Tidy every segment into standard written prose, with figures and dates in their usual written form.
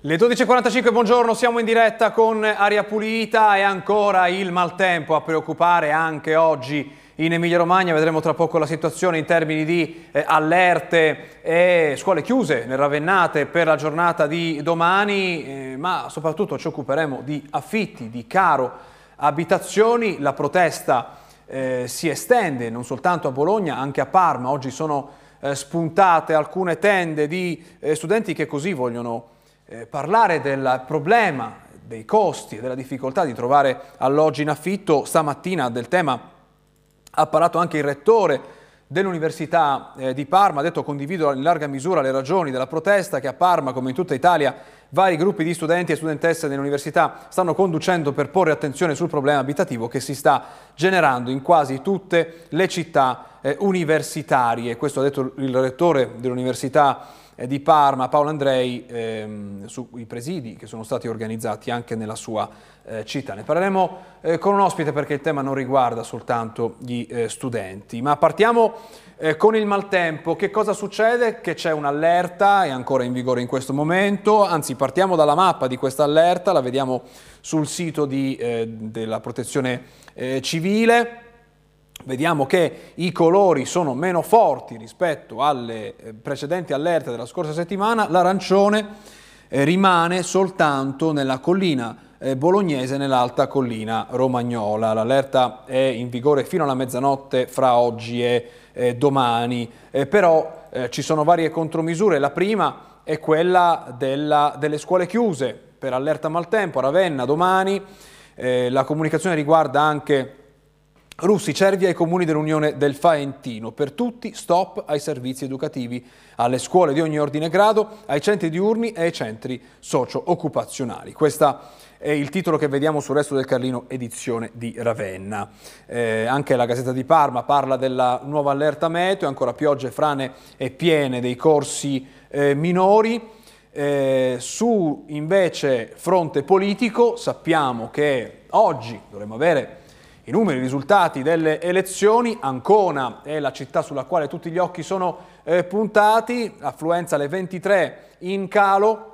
Le 12.45, buongiorno, siamo in diretta con Aria Pulita e ancora il maltempo a preoccupare anche oggi in Emilia-Romagna. Vedremo tra poco la situazione in termini di allerte e scuole chiuse nel Ravennate per la giornata di domani, ma soprattutto ci occuperemo di affitti, di caro abitazioni. La protesta si estende non soltanto a Bologna, anche a Parma. Oggi sono spuntate alcune tende di studenti che così vogliono parlare del problema dei costi e della difficoltà di trovare alloggi in affitto. Stamattina del tema ha parlato anche il rettore dell'Università di Parma, ha detto: condivido in larga misura le ragioni della protesta che a Parma, come in tutta Italia, vari gruppi di studenti e studentesse dell'università stanno conducendo per porre attenzione sul problema abitativo che si sta generando in quasi tutte le città universitarie. Questo ha detto il rettore dell'Università di Parma, Paolo Andrei, sui presidi che sono stati organizzati anche nella sua città. Ne parleremo con un ospite, perché il tema non riguarda soltanto gli studenti. Ma partiamo con il maltempo. Che cosa succede? Che c'è un'allerta, è ancora in vigore in questo momento, anzi partiamo dalla mappa di questa allerta, la vediamo sul sito della Protezione Civile. Vediamo che i colori sono meno forti rispetto alle precedenti allerte della scorsa settimana. L'arancione rimane soltanto nella collina bolognese e nell'alta collina romagnola. L'allerta è in vigore fino alla mezzanotte fra oggi e domani, però ci sono varie contromisure. La prima è quella delle scuole chiuse per allerta maltempo a Ravenna domani. La comunicazione riguarda anche Russi, Cervia e i comuni dell'Unione del Faentino. Per tutti stop ai servizi educativi, alle scuole di ogni ordine e grado, ai centri diurni e ai centri socio-occupazionali. Questo è il titolo che vediamo sul Resto del Carlino, edizione di Ravenna. Anche la Gazzetta di Parma parla della nuova allerta meteo, ancora piogge, frane e piene dei corsi minori. Su invece fronte politico sappiamo che oggi dovremo avere i numeri, i risultati delle elezioni. Ancona è la città sulla quale tutti gli occhi sono puntati, affluenza alle 23 in calo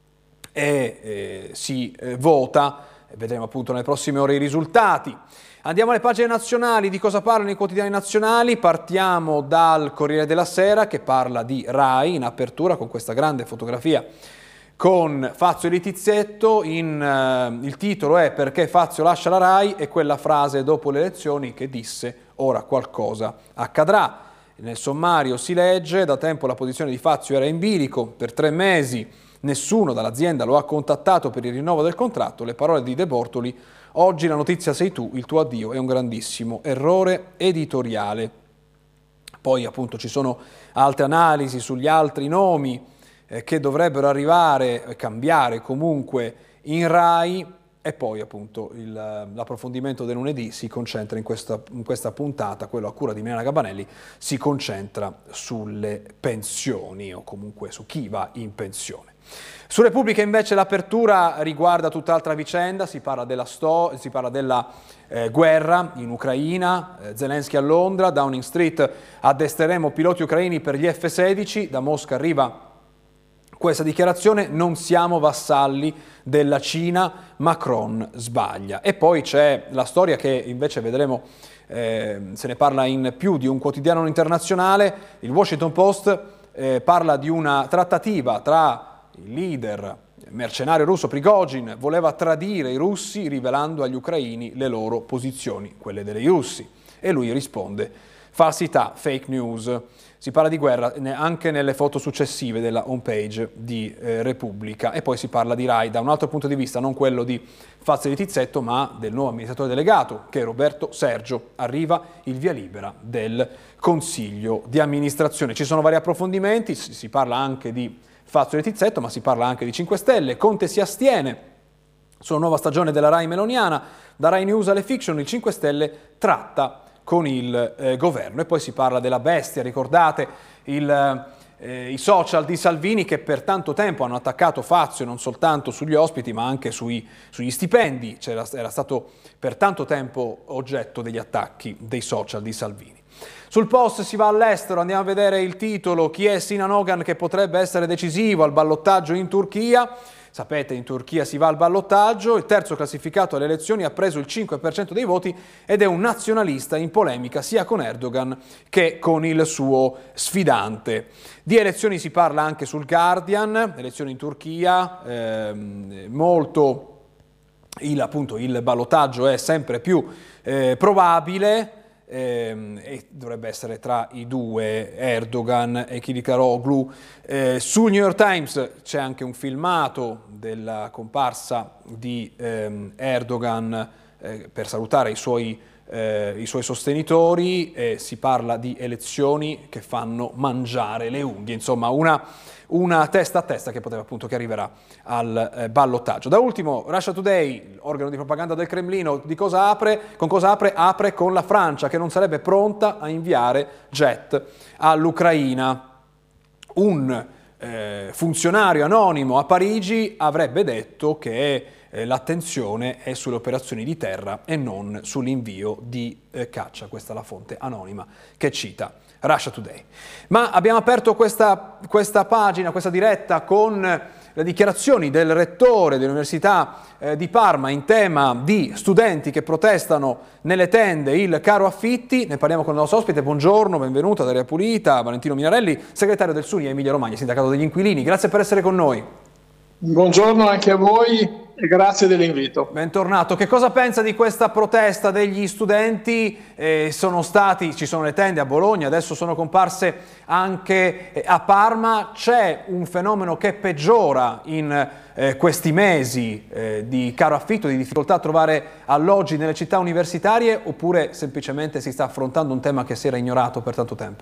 e si vota. Vedremo appunto nelle prossime ore i risultati. Andiamo alle pagine nazionali. Di cosa parlano i quotidiani nazionali? Partiamo dal Corriere della Sera, che parla di Rai in apertura con questa grande fotografia con Fazio e Littizzetto. Il titolo è "Perché Fazio lascia la Rai" e quella frase dopo le elezioni che disse "ora qualcosa accadrà". Nel sommario si legge: da tempo la posizione di Fazio era in bilico, per 3 mesi nessuno dall'azienda lo ha contattato per il rinnovo del contratto. Le parole di De Bortoli: oggi la notizia sei tu, il tuo addio è un grandissimo errore editoriale. Poi appunto ci sono altre analisi sugli altri nomi che dovrebbero arrivare, cambiare comunque in Rai, e poi appunto l'approfondimento del lunedì si concentra in questa puntata, quello a cura di Milena Gabanelli, si concentra sulle pensioni o comunque su chi va in pensione. Su Repubblica invece l'apertura riguarda tutt'altra vicenda, si parla della guerra in Ucraina, Zelensky a Londra, Downing Street: addestreremo piloti ucraini per gli F-16, da Mosca arriva questa dichiarazione: non siamo vassalli della Cina, Macron sbaglia. E poi c'è la storia che invece vedremo, se ne parla in più di un quotidiano internazionale. Il Washington Post parla di una trattativa tra il leader mercenario russo Prigozhin, voleva tradire i russi rivelando agli ucraini le loro posizioni, quelle dei russi, e lui risponde: falsità, fake news. Si parla di guerra anche nelle foto successive della homepage di Repubblica. E poi si parla di Rai da un altro punto di vista, non quello di Fazio e Littizzetto, ma del nuovo amministratore delegato, che è Roberto Sergio. Arriva il via libera del Consiglio di amministrazione. Ci sono vari approfondimenti, si parla anche di Fazio e Littizzetto, ma si parla anche di 5 Stelle. Conte si astiene sulla nuova stagione della Rai meloniana. Da Rai News alle fiction, il 5 Stelle tratta con il governo. E poi si parla della bestia, ricordate i social di Salvini, che per tanto tempo hanno attaccato Fazio non soltanto sugli ospiti ma anche sugli stipendi. Era stato per tanto tempo oggetto degli attacchi dei social di Salvini. Sul Post si va all'estero, andiamo a vedere il titolo: chi è Sinan Ogan che potrebbe essere decisivo al ballottaggio in Turchia. sapete, in Turchia si va al ballottaggio, il terzo classificato alle elezioni ha preso il 5% dei voti ed è un nazionalista in polemica sia con Erdogan che con il suo sfidante. Di elezioni si parla anche sul Guardian, elezioni in Turchia, appunto il ballottaggio è sempre più probabile, e dovrebbe essere tra i due, Erdogan e Kılıçdaroğlu. Sul New York Times c'è anche un filmato della comparsa di Erdogan per salutare i suoi sostenitori, e si parla di elezioni che fanno mangiare le unghie, insomma una testa a testa che poteva appunto che arriverà al ballottaggio. Da ultimo, Russia Today, organo di propaganda del Cremlino, con cosa apre? Apre con la Francia, che non sarebbe pronta a inviare jet all'Ucraina. Un funzionario anonimo a Parigi avrebbe detto che l'attenzione è sulle operazioni di terra e non sull'invio di caccia. Questa è la fonte anonima che cita Russia Today. Ma abbiamo aperto questa pagina, questa diretta, con le dichiarazioni del rettore dell'Università di Parma in tema di studenti che protestano nelle tende il caro affitti. Ne parliamo con il nostro ospite. Buongiorno, benvenuto ad Aria Pulita, Valentino Minarelli, segretario del SUNI Emilia Romagna, sindacato degli inquilini. Grazie per essere con noi. Buongiorno anche a voi e grazie dell'invito. Bentornato. Che cosa pensa di questa protesta degli studenti? Ci sono le tende a Bologna, adesso sono comparse anche a Parma. C'è un fenomeno che peggiora in questi mesi di caro affitto, di difficoltà a trovare alloggi nelle città universitarie, oppure semplicemente si sta affrontando un tema che si era ignorato per tanto tempo?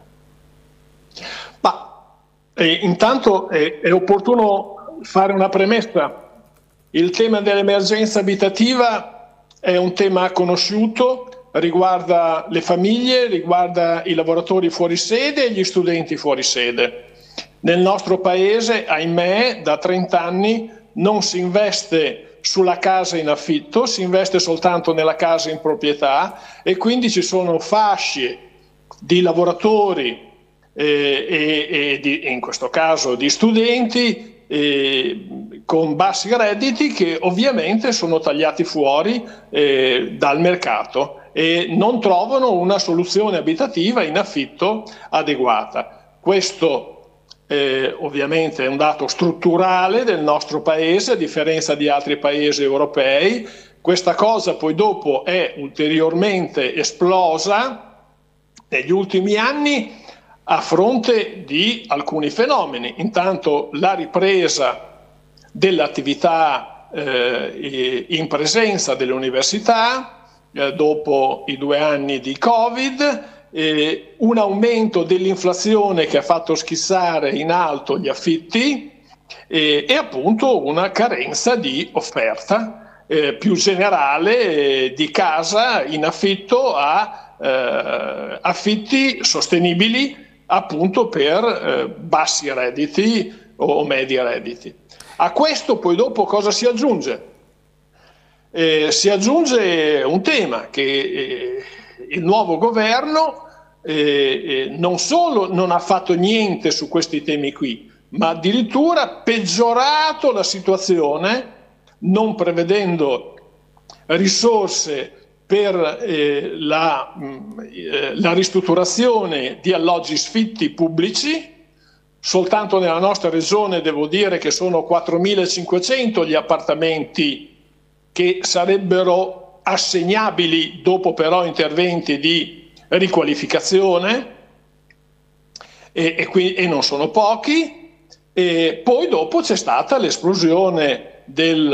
Intanto è opportuno fare una premessa. Il tema dell'emergenza abitativa è un tema conosciuto, riguarda le famiglie, riguarda i lavoratori fuori sede e gli studenti fuori sede. Nel nostro paese, ahimè, da 30 anni non si investe sulla casa in affitto, si investe soltanto nella casa in proprietà, e quindi ci sono fasce di lavoratori in questo caso di studenti con bassi redditi, che ovviamente sono tagliati fuori dal mercato e non trovano una soluzione abitativa in affitto adeguata. Questo ovviamente è un dato strutturale del nostro paese, a differenza di altri paesi europei. Questa cosa poi dopo è ulteriormente esplosa negli ultimi anni a fronte di alcuni fenomeni. Intanto la ripresa dell'attività in presenza delle università dopo i 2 anni di Covid, un aumento dell'inflazione che ha fatto schizzare in alto gli affitti e appunto una carenza di offerta più generale di casa in affitto a affitti sostenibili appunto per bassi redditi o medi redditi. A questo poi dopo cosa si aggiunge? Si aggiunge un tema che il nuovo governo non solo non ha fatto niente su questi temi qui, ma addirittura peggiorato la situazione, non prevedendo risorse per la ristrutturazione di alloggi sfitti pubblici. Soltanto nella nostra regione devo dire che sono 4.500 gli appartamenti che sarebbero assegnabili dopo però interventi di riqualificazione, e non sono pochi. E poi dopo c'è stata l'esplosione degli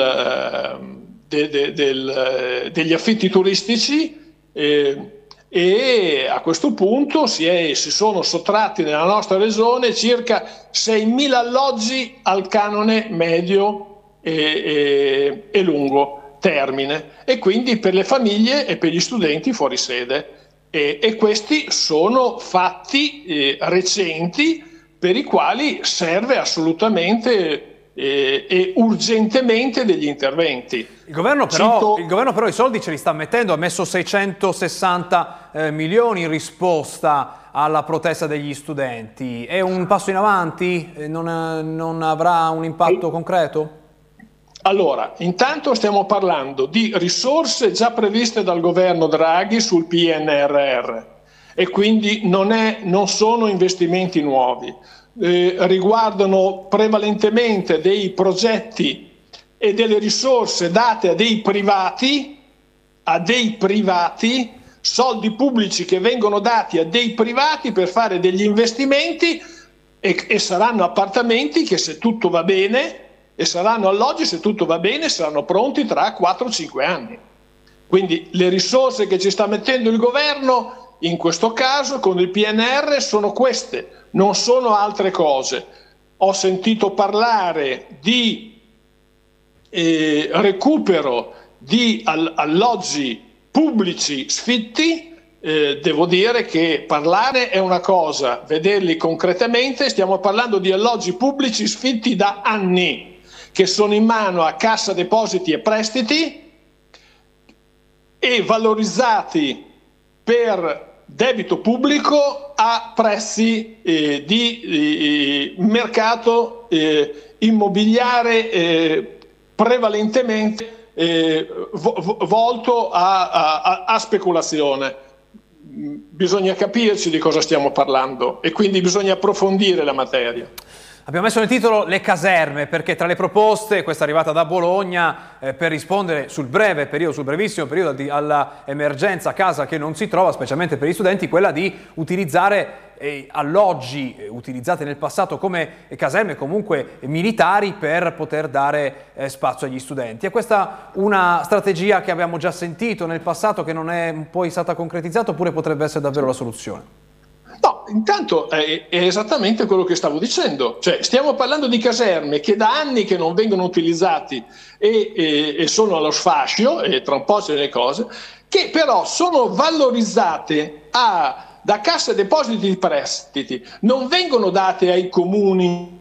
affitti turistici e a questo punto si sono sottratti nella nostra regione circa 6.000 alloggi al canone medio e lungo termine, e quindi per le famiglie e per gli studenti fuori sede. E questi sono fatti recenti per i quali serve assolutamente e urgentemente degli interventi. Il governo però i soldi ce li sta mettendo, ha messo 660 milioni in risposta alla protesta degli studenti. È un passo in avanti? Non avrà un impatto concreto? Allora, intanto stiamo parlando di risorse già previste dal governo Draghi sul PNRR e quindi non sono investimenti nuovi, riguardano prevalentemente dei progetti e delle risorse date a dei privati, soldi pubblici che vengono dati a dei privati per fare degli investimenti e saranno appartamenti che, se tutto va bene, e saranno alloggi, se tutto va bene, saranno pronti tra 4-5 anni. Quindi le risorse che ci sta mettendo il governo in questo caso con il PNR sono queste, non sono altre cose. Ho sentito parlare di recupero di alloggi pubblici sfitti. Devo dire che parlare è una cosa, vederli concretamente, stiamo parlando di alloggi pubblici sfitti da anni, che sono in mano a Cassa Depositi e Prestiti e valorizzati per debito pubblico a prezzi di mercato immobiliare prevalentemente volto a speculazione. Bisogna capirci di cosa stiamo parlando e quindi bisogna approfondire la materia. Abbiamo messo nel titolo le caserme perché tra le proposte, questa è arrivata da Bologna, per rispondere sul breve periodo, sul brevissimo periodo all'emergenza casa che non si trova, specialmente per gli studenti, quella di utilizzare alloggi utilizzati nel passato come caserme, comunque militari, per poter dare spazio agli studenti. È questa una strategia che abbiamo già sentito nel passato, che non è poi stata concretizzata, oppure potrebbe essere davvero la soluzione? No, intanto è esattamente quello che stavo dicendo, cioè stiamo parlando di caserme che da anni che non vengono utilizzati e sono allo sfascio, e tra un po' c'è le cose, che però sono valorizzate da Cassa Depositi e Prestiti, non vengono date ai comuni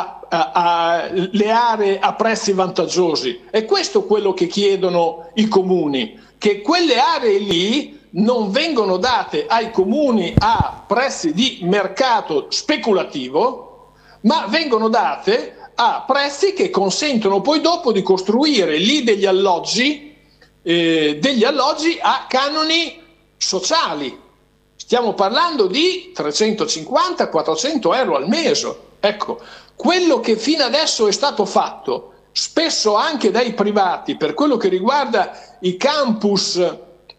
le aree a prezzi vantaggiosi. È questo quello che chiedono i comuni, che quelle aree lì non vengono date ai comuni a prezzi di mercato speculativo, ma vengono date a prezzi che consentono poi dopo di costruire lì degli alloggi a canoni sociali. Stiamo parlando di 350-400 euro al mese. Ecco, quello che fino adesso è stato fatto, spesso anche dai privati, per quello che riguarda i campus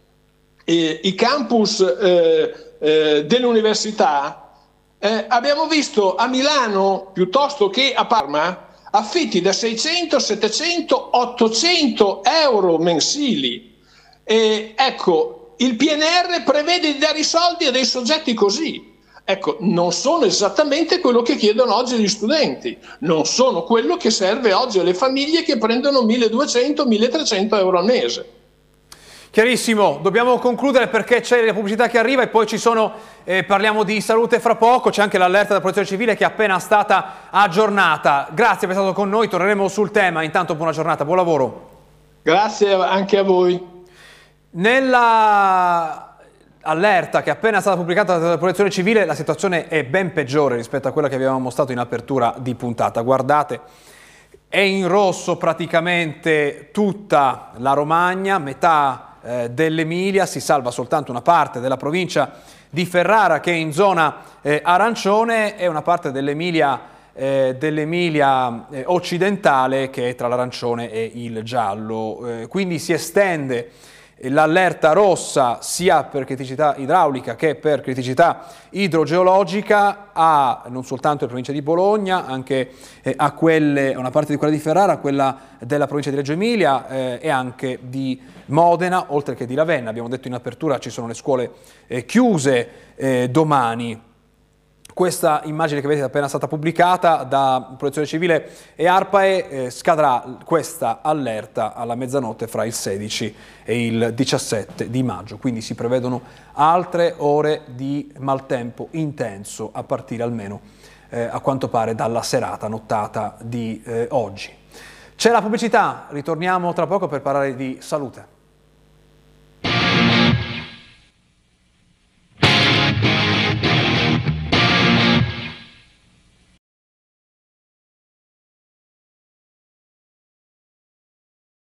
delle università, abbiamo visto a Milano piuttosto che a Parma affitti da 600, 700, 800 euro mensili. Ecco, il PNR prevede di dare i soldi a dei soggetti così. Ecco, non sono esattamente quello che chiedono oggi gli studenti, non sono quello che serve oggi alle famiglie che prendono 1.200, 1.300 euro al mese. Chiarissimo, dobbiamo concludere perché c'è la pubblicità che arriva e poi ci sono, parliamo di salute fra poco, c'è anche l'allerta della Protezione Civile che è appena stata aggiornata. Grazie per essere stato con noi, torneremo sul tema, intanto buona giornata, buon lavoro. Grazie anche a voi. Nella allerta che è appena stata pubblicata dalla Protezione Civile la situazione è ben peggiore rispetto a quella che avevamo mostrato in apertura di puntata. Guardate, è in rosso praticamente tutta la Romagna, metà dell'Emilia, si salva soltanto una parte della provincia di Ferrara che è in zona arancione e una parte dell'Emilia occidentale che è tra l'arancione e il giallo. Quindi si estende l'allerta rossa sia per criticità idraulica che per criticità idrogeologica a non soltanto le province di Bologna, anche a una parte di quella di Ferrara, a quella della provincia di Reggio Emilia e anche di Modena, oltre che di Ravenna. Abbiamo detto in apertura ci sono le scuole chiuse domani. Questa immagine che vedete è appena stata pubblicata da Protezione Civile e ARPAE, scadrà questa allerta alla mezzanotte fra il 16 e il 17 di maggio, quindi si prevedono altre ore di maltempo intenso a partire almeno a quanto pare dalla serata nottata di oggi. C'è la pubblicità, ritorniamo tra poco per parlare di salute.